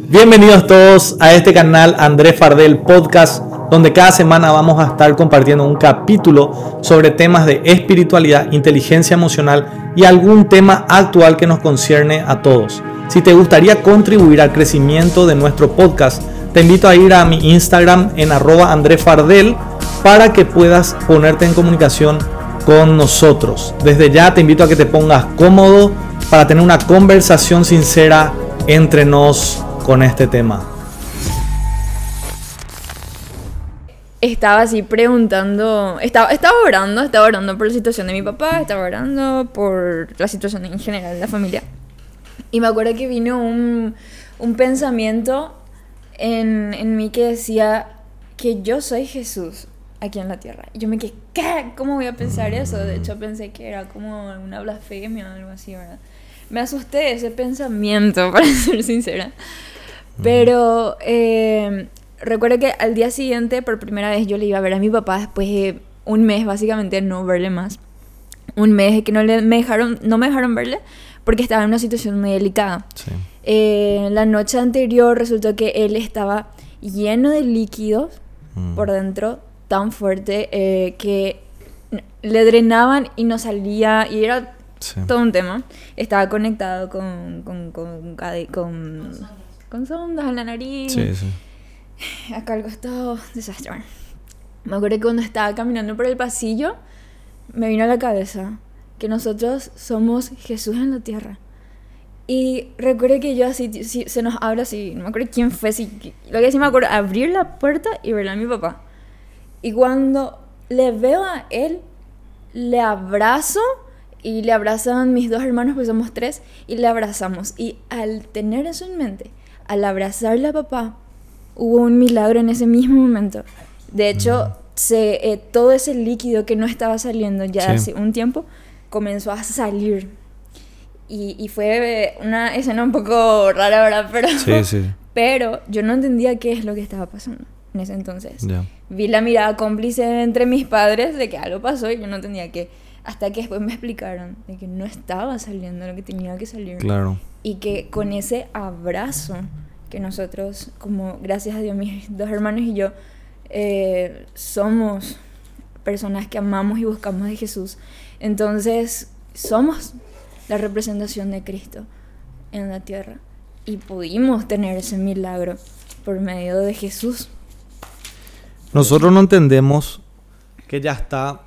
Bienvenidos todos a este canal Andrés Fardel Podcast, donde cada semana vamos a estar compartiendo un capítulo sobre temas de espiritualidad, inteligencia emocional y algún tema actual que nos concierne a todos. Si te gustaría contribuir al crecimiento de nuestro podcast, te invito a ir a mi Instagram en @andresfardel para que puedas ponerte en comunicación con nosotros. Desde ya te invito a que te pongas cómodo para tener una conversación sincera entre nos con este tema. Estaba así preguntando, estaba orando por la situación de mi papá, estaba orando por la situación en general de la familia. Y me acuerdo que vino un pensamiento en mí que decía que yo soy Jesús aquí en la tierra. Y yo me quedé, ¿qué? ¿Cómo voy a pensar eso? De hecho pensé que era como una blasfemia o algo así, ¿verdad? Me asusté de ese pensamiento, para ser sincera. Pero recuerdo que al día siguiente, por primera vez, yo le iba a ver a mi papá después de un mes, básicamente, no verle más. Un mes que no me dejaron verle porque estaba en una situación muy delicada. Sí. La noche anterior resultó que él estaba lleno de líquidos por dentro, tan fuerte que le drenaban y no salía, y era todo un tema. Estaba conectado con sondas en la nariz. Sí. Acá al costado, desastre. Bueno, me acuerdo que cuando estaba caminando por el pasillo, me vino a la cabeza que nosotros somos Jesús en la tierra. Y recuerdo que yo así, se nos habla así, no me acuerdo quién fue, lo que sí me acuerdo, abrir la puerta y verle a mi papá. Y cuando le veo a él, le abrazo y le abrazan mis dos hermanos, pues somos tres, y le abrazamos. Y al tener eso en mente, al abrazarle a papá, hubo un milagro en ese mismo momento. De hecho, todo ese líquido que no estaba saliendo ya hace un tiempo, comenzó a salir. Y fue una escena un poco rara, ¿verdad? Pero yo no entendía qué es lo que estaba pasando en ese entonces. Vi la mirada cómplice entre mis padres de que algo pasó y yo no entendía qué. Hasta que después me explicaron de que no estaba saliendo lo que tenía que salir. Claro. Y que con ese abrazo que nosotros, como gracias a Dios, mis dos hermanos y yo, somos personas que amamos y buscamos de Jesús. Entonces, somos la representación de Cristo en la tierra. Y pudimos tener ese milagro por medio de Jesús. Nosotros no entendemos que ya está,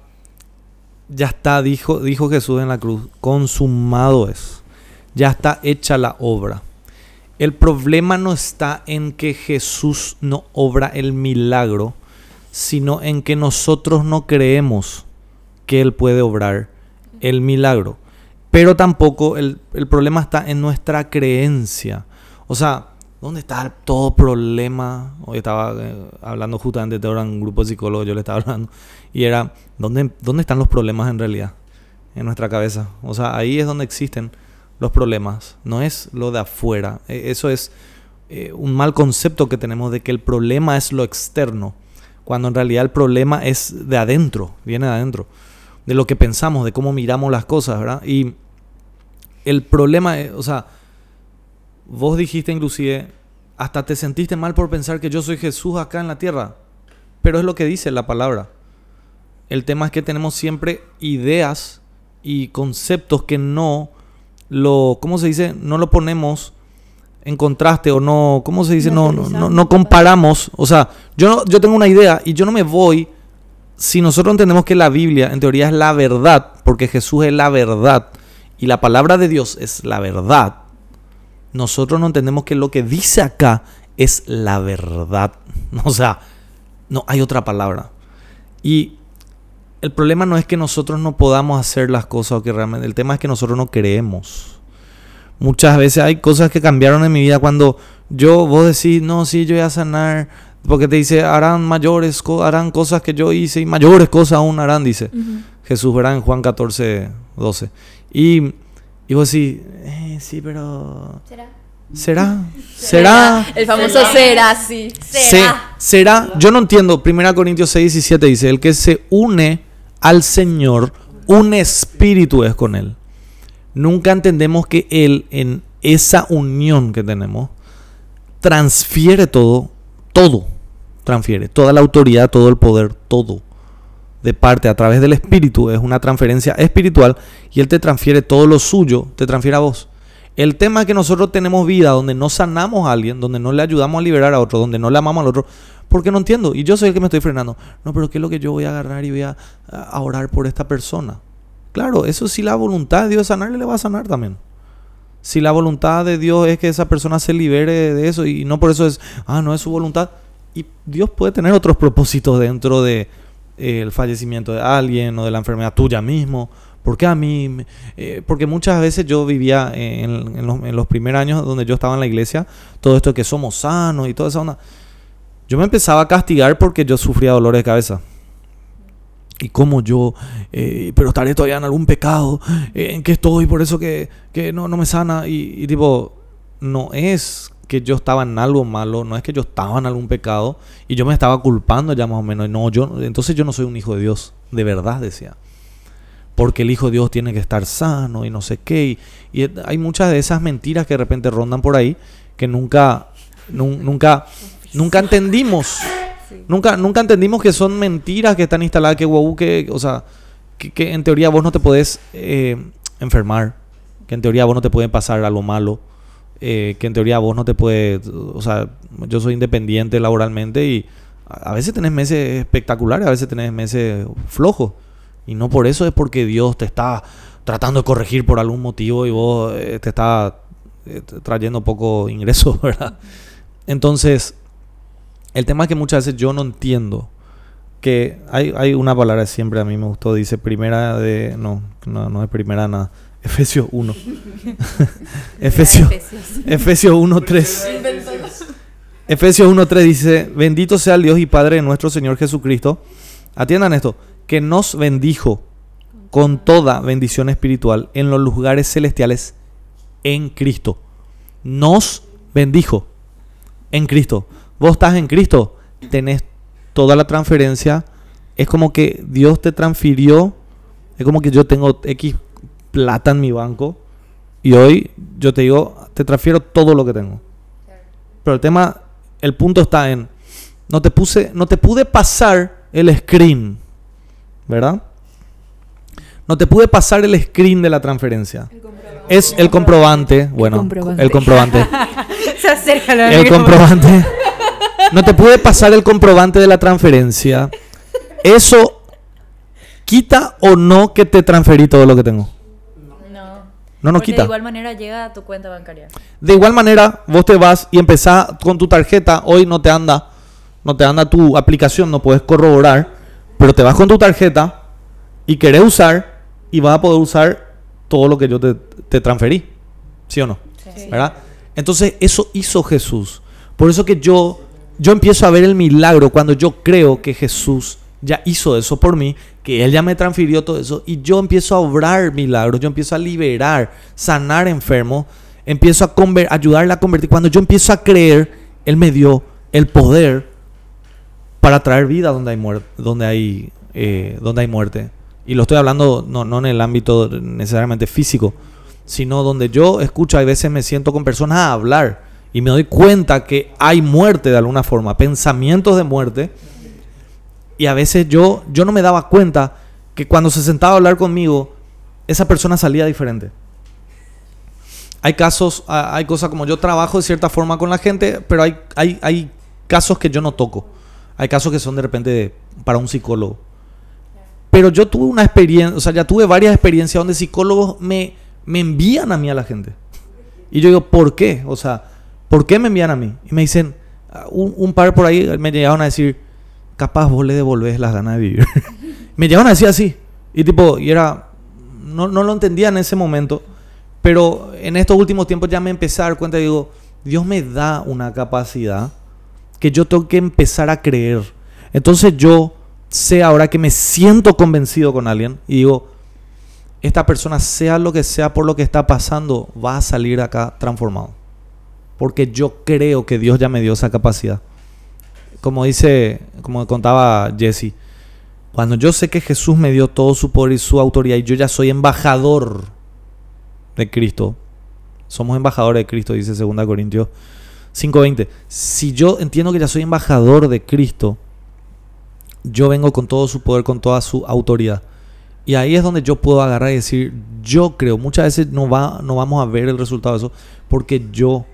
dijo Jesús en la cruz, consumado es. Ya está hecha la obra. El problema no está en que Jesús no obra el milagro, sino en que nosotros no creemos que Él puede obrar el milagro. Pero tampoco el problema está en nuestra creencia. O sea, ¿dónde está todo problema? Hoy estaba hablando justamente de un grupo de psicólogos, yo le estaba hablando, y era, ¿dónde están los problemas en realidad? En nuestra cabeza. O sea, ahí es donde existen los problemas, no es lo de afuera. Eso es un mal concepto que tenemos de que el problema es lo externo, cuando en realidad el problema es de adentro, viene de adentro, de lo que pensamos, de cómo miramos las cosas, ¿verdad? Y el problema es, o sea, vos dijiste inclusive, hasta te sentiste mal por pensar que yo soy Jesús acá en la tierra, pero es lo que dice la palabra. El tema es que tenemos siempre ideas y conceptos que no ¿cómo se dice? No lo ponemos en contraste o no, ¿cómo se dice? No comparamos. O sea, yo tengo una idea y yo no me voy. Si nosotros entendemos que la Biblia en teoría es la verdad, porque Jesús es la verdad y la palabra de Dios es la verdad, nosotros no entendemos que lo que dice acá es la verdad. O sea, no hay otra palabra. Y el problema no es que nosotros no podamos hacer las cosas o que realmente, el tema es que nosotros no creemos. Muchas veces hay cosas que cambiaron en mi vida cuando vos decís, no, sí, yo voy a sanar, porque te dice, harán cosas que yo hice y mayores cosas aún harán, dice Jesús, ¿verdad? En Juan 14:12. Y vos decís, sí, pero ¿Será? El famoso será, sí. ¿Será? Yo no entiendo. 1 Corintios 6:17 dice, el que se une al Señor, un espíritu es con Él. Nunca entendemos que Él, en esa unión que tenemos, transfiere todo transfiere, toda la autoridad, todo el poder, todo de parte a través del Espíritu, es una transferencia espiritual y Él te transfiere todo lo suyo, te transfiere a vos. El tema es que nosotros tenemos vida donde no sanamos a alguien, donde no le ayudamos a liberar a otro, donde no le amamos al otro, porque no entiendo, y yo soy el que me estoy frenando. No, pero ¿qué es lo que yo voy a agarrar y voy a orar por esta persona? Claro, eso si la voluntad de Dios es sanarle, le va a sanar también. Si la voluntad de Dios es que esa persona se libere de eso y no por eso es, no es su voluntad. Y Dios puede tener otros propósitos dentro de el fallecimiento de alguien o de la enfermedad tuya mismo. ¿Por qué a mí? Porque muchas veces yo vivía en los primeros años donde yo estaba en la iglesia, todo esto de que somos sanos y toda esa onda. Yo me empezaba a castigar porque yo sufría dolores de cabeza. Y como yo, pero estaré todavía en algún pecado, en que estoy, por eso que no me sana. Y tipo, no es que yo estaba en algo malo, no es que yo estaba en algún pecado y yo me estaba culpando ya más o menos. No, entonces yo no soy un hijo de Dios, de verdad decía. Porque el hijo de Dios tiene que estar sano y no sé qué. Y hay muchas de esas mentiras que de repente rondan por ahí que nunca entendimos. Nunca entendimos que son mentiras que están instaladas, que en teoría vos no te podés enfermar, que en teoría vos no te puede pasar algo malo, que en teoría vos no te puede, yo soy independiente laboralmente y a veces tenés meses espectaculares, a veces tenés meses flojos y no por eso es porque Dios te está tratando de corregir por algún motivo y vos te está trayendo poco ingreso, ¿verdad? Entonces, el tema es que muchas veces yo no entiendo que hay una palabra que siempre a mí me gustó, dice primera de... No es primera nada. Efesios 1. Efesios 1:3. Efesios 1:3 dice, bendito sea el Dios y Padre de nuestro Señor Jesucristo. Atiendan esto, que nos bendijo con toda bendición espiritual en los lugares celestiales en Cristo. Nos bendijo en Cristo. Vos estás en Cristo, tenés toda la transferencia. Es como que Dios te transfirió. Es como que yo tengo X plata en mi banco y hoy yo te digo, te transfiero todo lo que tengo. Pero el punto está en, no te pude pasar el screen, ¿verdad? No te pude pasar el screen de la transferencia. Es el comprobante. Bueno, el comprobante. Se acerca el comprobante. No te pude pasar el comprobante de la transferencia. ¿Eso quita o no que te transferí todo lo que tengo? No quita. De igual manera llega a tu cuenta bancaria. De igual manera, vos te vas y empezás con tu tarjeta. Hoy no te anda tu aplicación, no puedes corroborar, pero te vas con tu tarjeta y querés usar y vas a poder usar todo lo que yo te transferí. ¿Sí o no? Sí. ¿Verdad? Entonces, eso hizo Jesús. Por eso que yo empiezo a ver el milagro cuando yo creo que Jesús ya hizo eso por mí, que Él ya me transfirió todo eso y yo empiezo a obrar milagros, yo empiezo a liberar, sanar enfermos, empiezo a ayudarle a convertir. Cuando yo empiezo a creer, Él me dio el poder para traer vida donde hay muerte. Y lo estoy hablando no en el ámbito necesariamente físico, sino donde yo escucho, a veces me siento con personas a hablar y me doy cuenta que hay muerte de alguna forma, pensamientos de muerte. Y a veces yo no me daba cuenta que cuando se sentaba a hablar conmigo, esa persona salía diferente. Hay casos, hay cosas como yo trabajo de cierta forma con la gente, pero hay casos que yo no toco. Hay casos que son de repente para un psicólogo. Pero yo tuve una experiencia, ya tuve varias experiencias donde psicólogos me envían a mí a la gente. Y yo digo, ¿por qué? ¿Por qué me envían a mí? Y me dicen, un par por ahí me llegaron a decir, capaz vos le devolvés las ganas de vivir. Me llegaron a decir así. No lo entendía en ese momento. Pero en estos últimos tiempos ya me empecé a dar cuenta y digo, Dios me da una capacidad que yo tengo que empezar a creer. Entonces yo sé ahora que me siento convencido con alguien y digo, esta persona, sea lo que sea por lo que está pasando, va a salir acá transformado. Porque yo creo que Dios ya me dio esa capacidad. Como contaba Jesse, cuando yo sé que Jesús me dio todo su poder y su autoridad y yo ya soy embajador de Cristo, somos embajadores de Cristo, dice 2 Corintios 5:20. Si yo entiendo que ya soy embajador de Cristo, yo vengo con todo su poder, con toda su autoridad. Y ahí es donde yo puedo agarrar y decir, yo creo. Muchas veces no vamos a ver el resultado de eso porque yo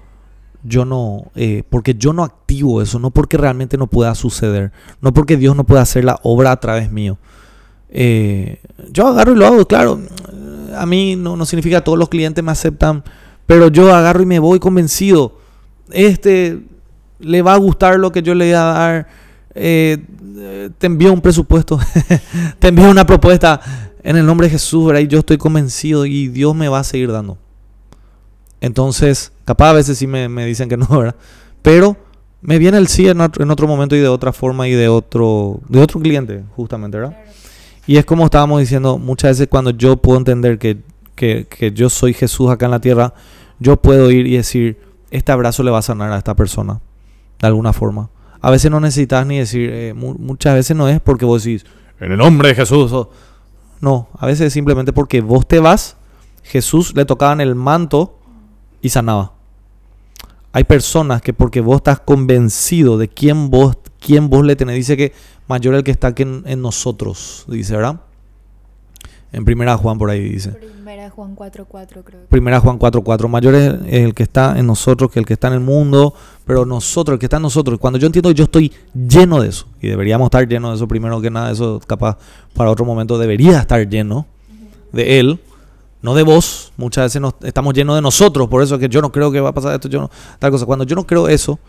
no activo eso, no porque realmente no pueda suceder, no porque Dios no pueda hacer la obra a través mío. Yo agarro y lo hago, claro. A mí no significa que todos los clientes me aceptan, pero yo agarro y me voy convencido. Le va a gustar lo que yo le voy a dar. Te envío un presupuesto, te envío una propuesta en el nombre de Jesús, ¿verdad? Y yo estoy convencido y Dios me va a seguir dando. Entonces, capaz a veces sí me dicen que no, ¿verdad? Pero me viene el sí en otro momento y de otra forma y de otro cliente, justamente, ¿verdad? Claro. Y es como estábamos diciendo, muchas veces cuando yo puedo entender que yo soy Jesús acá en la tierra, yo puedo ir y decir, este abrazo le va a sanar a esta persona, de alguna forma. A veces no necesitas ni decir, muchas veces no es porque vos decís, en el nombre de Jesús. No, a veces es simplemente porque vos te vas, Jesús le tocaba en el manto y sanaba. Hay personas que porque vos estás convencido de quién vos le tenés, dice que mayor es el que está que en nosotros, dice, ¿verdad? En Primera Juan por ahí dice. Primera Juan 4:4 creo. Primera Juan 4:4. Mayor es el que está en nosotros que el que está en el mundo, pero nosotros, el que está en nosotros. Cuando yo entiendo que yo estoy lleno de eso, y deberíamos estar llenos de eso primero que nada, eso capaz para otro momento debería estar lleno de Él, no de vos. Muchas veces estamos llenos de nosotros, por eso es que yo no creo que va a pasar esto, tal cosa. Cuando yo no creo eso,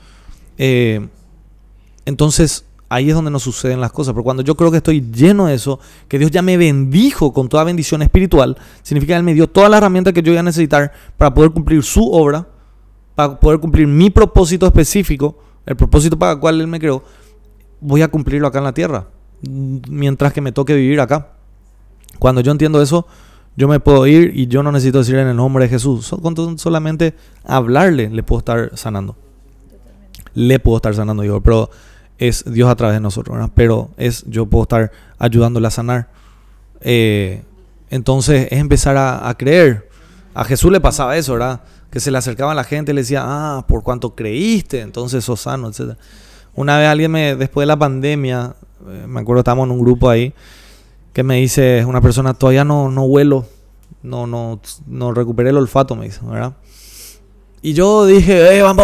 entonces ahí es donde nos suceden las cosas. Pero cuando yo creo que estoy lleno de eso, que Dios ya me bendijo con toda bendición espiritual, significa que Él me dio todas las herramientas que yo iba a necesitar para poder cumplir su obra, para poder cumplir mi propósito específico, el propósito para el cual Él me creó. Voy a cumplirlo acá en la tierra, mientras que me toque vivir acá. Cuando yo entiendo eso, yo me puedo ir y yo no necesito decir en el nombre de Jesús. Con solamente hablarle, le puedo estar sanando. Le puedo estar sanando yo, pero es Dios a través de nosotros, ¿verdad? Pero yo puedo estar ayudándole a sanar. Entonces es empezar a creer. A Jesús le pasaba eso, ¿verdad? Que se le acercaba a la gente y le decía, por cuanto creíste, entonces sos sano, etc. Una vez alguien después de la pandemia, me acuerdo, estábamos en un grupo ahí, que me dice una persona, todavía no huelo, no recuperé el olfato, me dice, ¿verdad? Y yo dije, vamos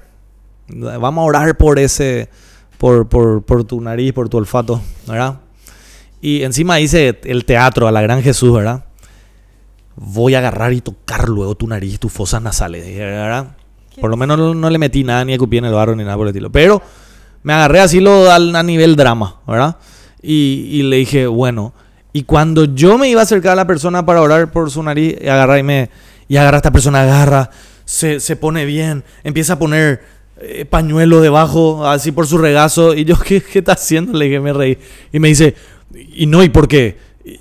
a orar por ese... Por tu nariz, por tu olfato, ¿verdad? Y encima dice el teatro a la gran Jesús, ¿verdad? Voy a agarrar y tocar luego tu nariz, tus fosas nasales, ¿verdad? Por lo menos no le metí nada, ni escupí en el barro, ni nada por el estilo. Pero me agarré así a nivel drama, ¿verdad? Y le dije, bueno. Y cuando yo me iba a acercar a la persona para orar por su nariz, y agarra a esta persona, se pone bien, empieza a poner pañuelo debajo, así por su regazo, y yo, ¿qué está haciendo? Le dije, me reí, y me dice, ¿y por qué?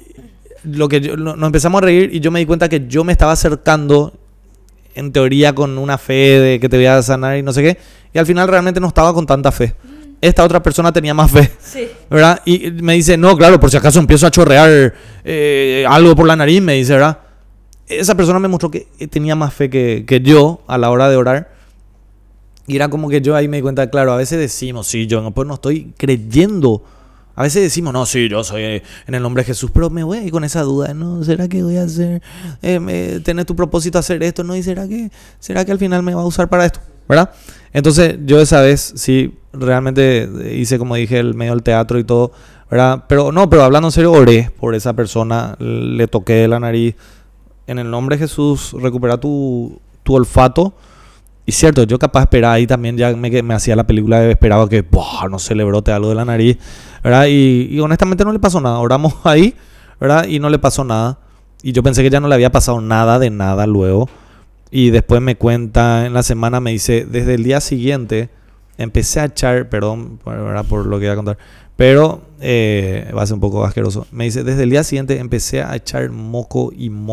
Nos empezamos a reír, y yo me di cuenta que yo me estaba acercando, en teoría, con una fe de que te voy a sanar y no sé qué, y al final realmente no estaba con tanta fe. Esta otra persona tenía más fe, sí, ¿verdad? Y me dice, no, claro, por si acaso empiezo a chorrear algo por la nariz, me dice, ¿verdad? Esa persona me mostró que tenía más fe que yo a la hora de orar. Y era como que yo ahí me di cuenta, claro, a veces decimos, sí, yo no estoy creyendo. A veces decimos, no, sí, yo soy en el nombre de Jesús, pero me voy ahí con esa duda, ¿no? ¿Será que voy a hacer, tener tu propósito hacer esto? ¿No? ¿Y será que al final me va a usar para esto? ¿Verdad? Entonces, yo esa vez, sí, realmente hice, como dije, el medio del teatro y todo, ¿verdad? Pero hablando en serio, oré por esa persona, le toqué la nariz. En el nombre de Jesús, recupera tu olfato. Y cierto, yo capaz esperaba ahí también, ya me hacía la película, esperaba que no se le brote algo de la nariz, ¿verdad? Y honestamente no le pasó nada. Oramos ahí, ¿verdad? Y no le pasó nada. Y yo pensé que ya no le había pasado nada de nada luego. Y después me cuenta, en la semana me dice, desde el día siguiente empecé a echar, perdón, ¿verdad? Por lo que iba a contar, pero va a ser un poco asqueroso. Me dice, desde el día siguiente empecé a echar moco,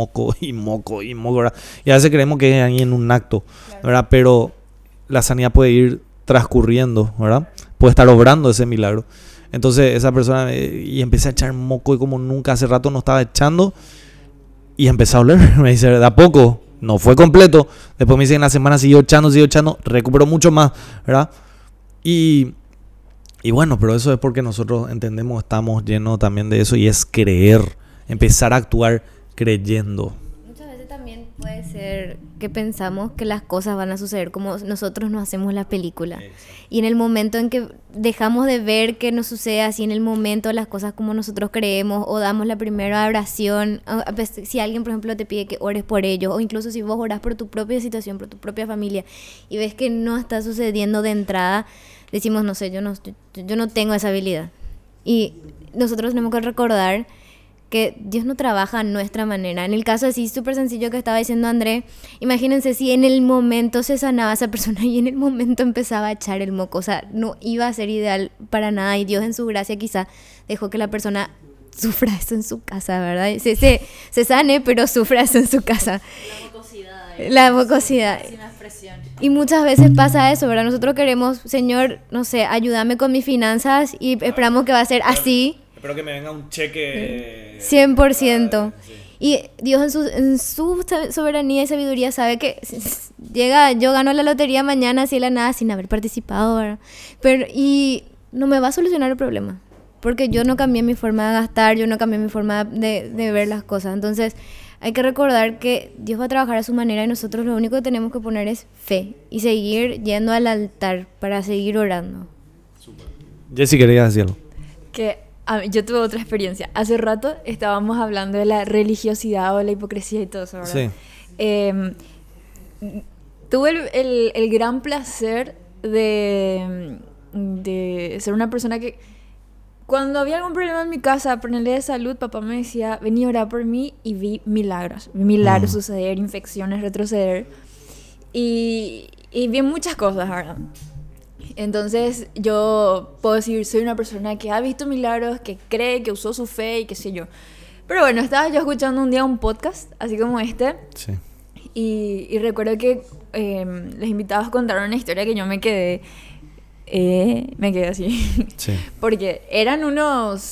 ¿verdad? Y a veces creemos que es ahí en un acto, ¿verdad? Pero la sanidad puede ir transcurriendo, ¿verdad? Puede estar obrando ese milagro. Entonces esa persona, y empecé a echar moco y como nunca hace rato no estaba echando, y empecé a oler. Me dice, de a poco, no fue completo. Después me dicen en la semana siguió echando, recuperó mucho más, ¿verdad? Y bueno, pero eso es porque nosotros entendemos, estamos llenos también de eso, y es creer, empezar a actuar creyendo. Muchas veces también puede ser que pensamos que las cosas van a suceder como nosotros nos hacemos la película. Y en el momento en que dejamos de ver que nos sucede así, en el momento las cosas como nosotros creemos, o damos la primera oración, si alguien por ejemplo te pide que ores por ellos, o incluso si vos orás por tu propia situación, por tu propia familia, y ves que no está sucediendo de entrada, decimos, no sé, yo no tengo esa habilidad. Y nosotros tenemos que recordar que Dios no trabaja a nuestra manera. En el caso así súper sencillo que estaba diciendo André, imagínense si en el momento se sanaba esa persona y en el momento empezaba a echar el moco. O sea, no iba a ser ideal para nada, y Dios en su gracia quizá dejó que la persona sufra eso en su casa, ¿verdad? Se sane, pero sufra eso en su casa. La mucosidad. Y muchas veces pasa eso, ¿verdad? Nosotros queremos, Señor, no sé, ayúdame con mis finanzas, y esperamos que va a ser así. Espero que me venga un cheque 100%. Sí. Y Dios en su soberanía y sabiduría sabe que yo gano la lotería mañana así de la nada sin haber participado, ¿verdad? Y no me va a solucionar el problema, porque yo no cambié mi forma de gastar, yo no cambié mi forma de ver las cosas. Entonces hay que recordar que Dios va a trabajar a su manera, y nosotros lo único que tenemos que poner es fe y seguir yendo al altar para seguir orando. Super. Jessy, ¿querías decirlo? Yo tuve otra experiencia. Hace rato estábamos hablando de la religiosidad o la hipocresía y todo eso, ¿verdad? Sí. Tuve el gran placer de ser una persona que, cuando había algún problema en mi casa, ponerle de salud, papá me decía, vení a orar por mí, y vi milagros. Vi milagros suceder, infecciones retroceder. Y vi muchas cosas, ¿verdad? Entonces yo puedo decir, soy una persona que ha visto milagros, que cree, que usó su fe y qué sé yo. Pero bueno, estaba yo escuchando un día un podcast, así como este. Sí. Y recuerdo que los invitados contaron una historia que yo me quedé así. Sí. Porque eran un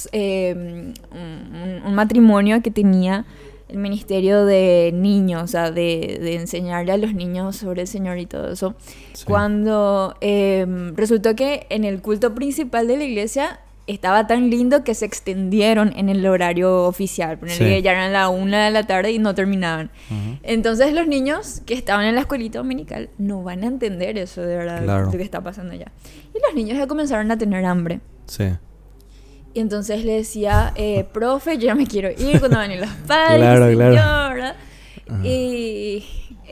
matrimonio que tenía el ministerio de niños, o sea, de enseñarle a los niños sobre el Señor y todo eso. Sí. Cuando resultó que en el culto principal de la iglesia estaba tan lindo que se extendieron en el horario oficial. Sí. Ya eran la 1 de la tarde y no terminaban. Uh-huh. Entonces los niños que estaban en la escuelita dominical no van a entender eso de verdad, claro, lo que está pasando allá. Y los niños ya comenzaron a tener hambre. Sí. Y entonces le decía, profe, yo ya me quiero ir cuando van a ir los padres, claro, señor, claro. ¿verdad? Uh-huh. Y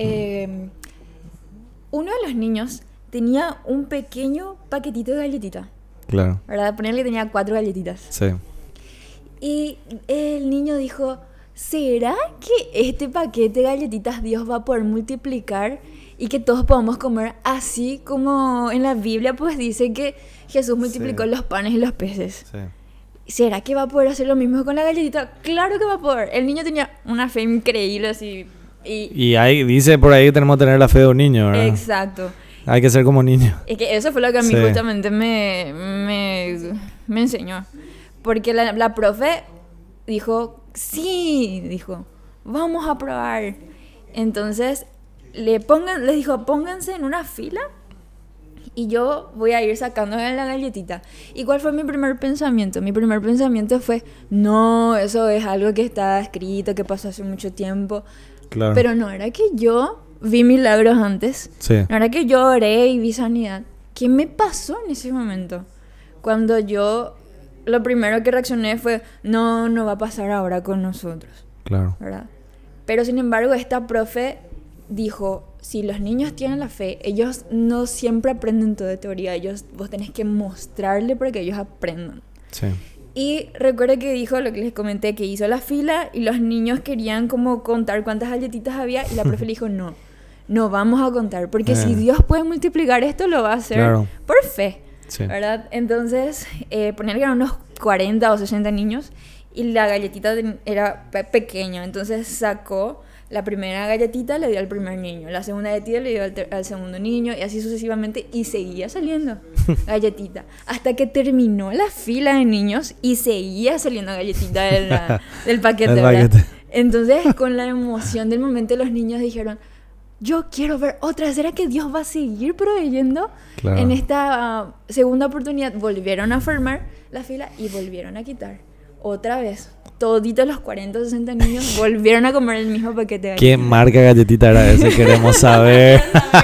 uno de los niños tenía un pequeño paquetito de galletitas. Claro. ¿Verdad? Ponerle que tenía 4 galletitas. Sí. Y el niño dijo, ¿será que este paquete de galletitas Dios va a poder multiplicar y que todos podamos comer así como en la Biblia pues dice que Jesús multiplicó los panes y los peces? Sí. ¿Será que va a poder hacer lo mismo con la galletita? Claro que va a poder. El niño tenía una fe increíble así. Y ahí dice por ahí que tenemos que tener la fe de un niño, ¿verdad? Exacto. Hay que ser como niño. Es que eso fue lo que a mí justamente me enseñó. Porque la profe dijo, vamos a probar. Entonces les dijo, pónganse en una fila y yo voy a ir sacando la galletita. ¿Y cuál fue mi primer pensamiento? Mi primer pensamiento fue, no, eso es algo que está escrito, que pasó hace mucho tiempo. Claro. Pero no era que yo vi milagros antes. Sí. No era que yo oré y vi sanidad. ¿Qué me pasó en ese momento? Cuando yo, lo primero que reaccioné fue, no va a pasar ahora con nosotros. Claro. ¿Verdad? Pero sin embargo, esta profe dijo, si los niños tienen la fe, ellos no siempre aprenden todo de teoría. Vos tenés que mostrarle para que ellos aprendan. Sí. Y recuerdo que dijo lo que les comenté, que hizo la fila y los niños querían como contar cuántas galletitas había y la profe le dijo, no vamos a contar, porque si Dios puede multiplicar esto, lo va a hacer por fe, ¿verdad? Entonces, poner que eran unos 40 o 60 niños y la galletita era pequeña, entonces sacó la primera galletita, le dio al primer niño, la segunda galletita le dio al segundo niño y así sucesivamente, y seguía saliendo galletita hasta que terminó la fila de niños y seguía saliendo galletita del paquete, ¿verdad? Entonces, con la emoción del momento, los niños dijeron, yo quiero ver otra. ¿Será que Dios va a seguir proveyendo? Claro. En esta segunda oportunidad volvieron a formar la fila y volvieron a quitar. Otra vez, toditos los 40 o 60 niños volvieron a comer el mismo paquete de ¿Qué galletas. marca galletita era ese? Queremos saber.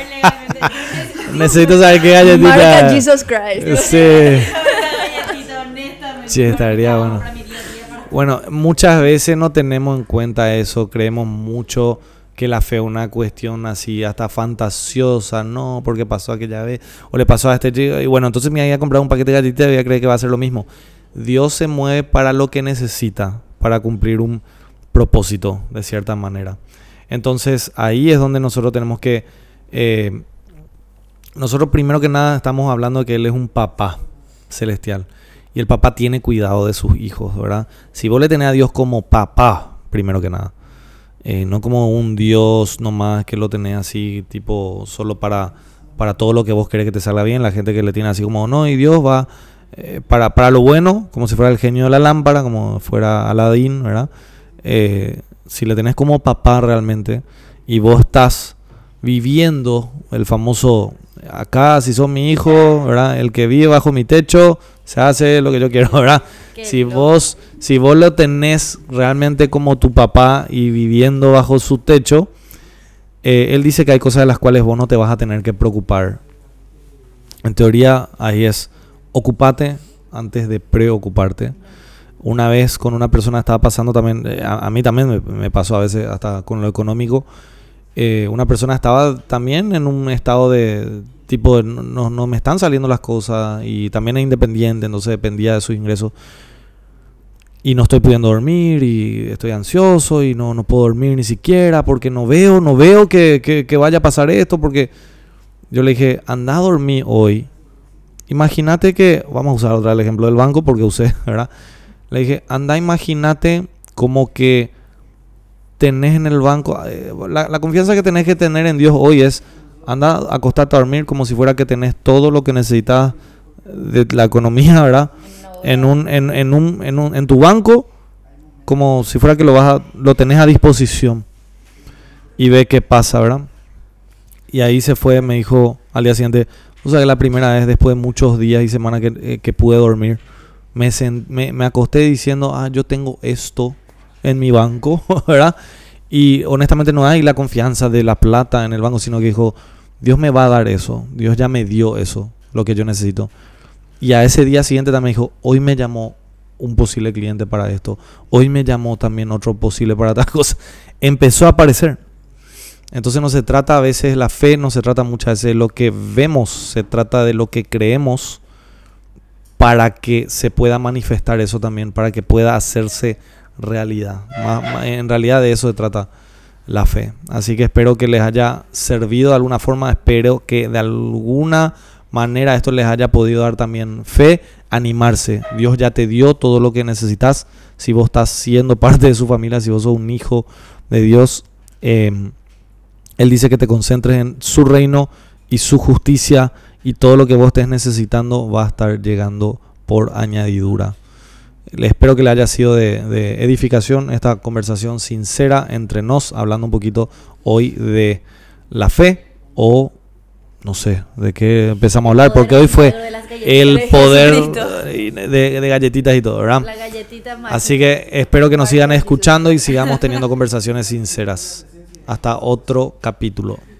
Necesito saber qué galletita. Marca Jesus Christ. Sí. Sí, estaría bueno. Bueno, muchas veces no tenemos en cuenta eso. Creemos mucho que la fe es una cuestión así hasta fantasiosa, no, porque pasó aquella vez, o le pasó a este chico, y bueno, entonces me voy a comprar un paquete de galletitas y voy a creer que va a ser lo mismo. Dios se mueve para lo que necesita, para cumplir un propósito, de cierta manera. Entonces, ahí es donde nosotros tenemos que... nosotros primero que nada estamos hablando de que Él es un papá celestial. Y el papá tiene cuidado de sus hijos, ¿verdad? Si vos le tenés a Dios como papá, primero que nada, no como un Dios nomás que lo tenés así, tipo, solo para todo lo que vos querés que te salga bien. La gente que le tiene así como, no, y Dios va para lo bueno, como si fuera el genio de la lámpara, como fuera Aladín, ¿verdad? Si le tenés como papá realmente, y vos estás viviendo el famoso, acá si sos mi hijo, ¿verdad? El que vive bajo mi techo, se hace lo que yo quiero, ¿verdad? Si vos lo tenés realmente como tu papá y viviendo bajo su techo, Él dice que hay cosas de las cuales vos no te vas a tener que preocupar. En teoría, ahí es, ocupate antes de preocuparte. Una vez con una persona estaba pasando también, a mí también me pasó a veces hasta con lo económico, una persona estaba también en un estado de tipo, no me están saliendo las cosas, y también es independiente, entonces dependía de sus ingresos, y no estoy pudiendo dormir, y estoy ansioso, y no puedo dormir ni siquiera, porque no veo que vaya a pasar esto, porque yo le dije, anda a dormir hoy. Imagínate que, vamos a usar otra vez el ejemplo del banco, porque usé, ¿verdad? Le dije, anda, imagínate como que tenés en el banco, la confianza que tenés que tener en Dios hoy es, anda a acostarte a dormir como si fuera que tenés todo lo que necesitas de la economía, ¿verdad? En tu banco, como si fuera que lo tenés a disposición, y ve qué pasa, ¿verdad? Y ahí se fue, me dijo al día siguiente, o sea que la primera vez después de muchos días y semanas que pude dormir, me acosté diciendo, yo tengo esto en mi banco, ¿verdad? Y honestamente no hay la confianza de la plata en el banco, sino que dijo, Dios me va a dar eso, Dios ya me dio eso, lo que yo necesito. Y a ese día siguiente también dijo, hoy me llamó un posible cliente para esto, hoy me llamó también otro posible para tal cosa. Empezó a aparecer. Entonces no se trata a veces, la fe no se trata muchas veces de lo que vemos, se trata de lo que creemos, para que se pueda manifestar eso también, para que pueda hacerse realidad. En realidad de eso se trata la fe. Así que espero que les haya servido de alguna forma, espero que de alguna manera esto les haya podido dar también fe, animarse. Dios ya te dio todo lo que necesitas. Si vos estás siendo parte de su familia, si vos sos un hijo de Dios, Él dice que te concentres en su reino y su justicia, y todo lo que vos estés necesitando va a estar llegando por añadidura. Les espero que le haya sido de edificación esta conversación sincera entre nos, hablando un poquito hoy de la fe, o no sé de qué empezamos a hablar, porque hoy fue el poder de galletitas y todo, ¿verdad? La galletita mágica. Así que espero que nos sigan escuchando y sigamos teniendo conversaciones sinceras. Hasta otro capítulo.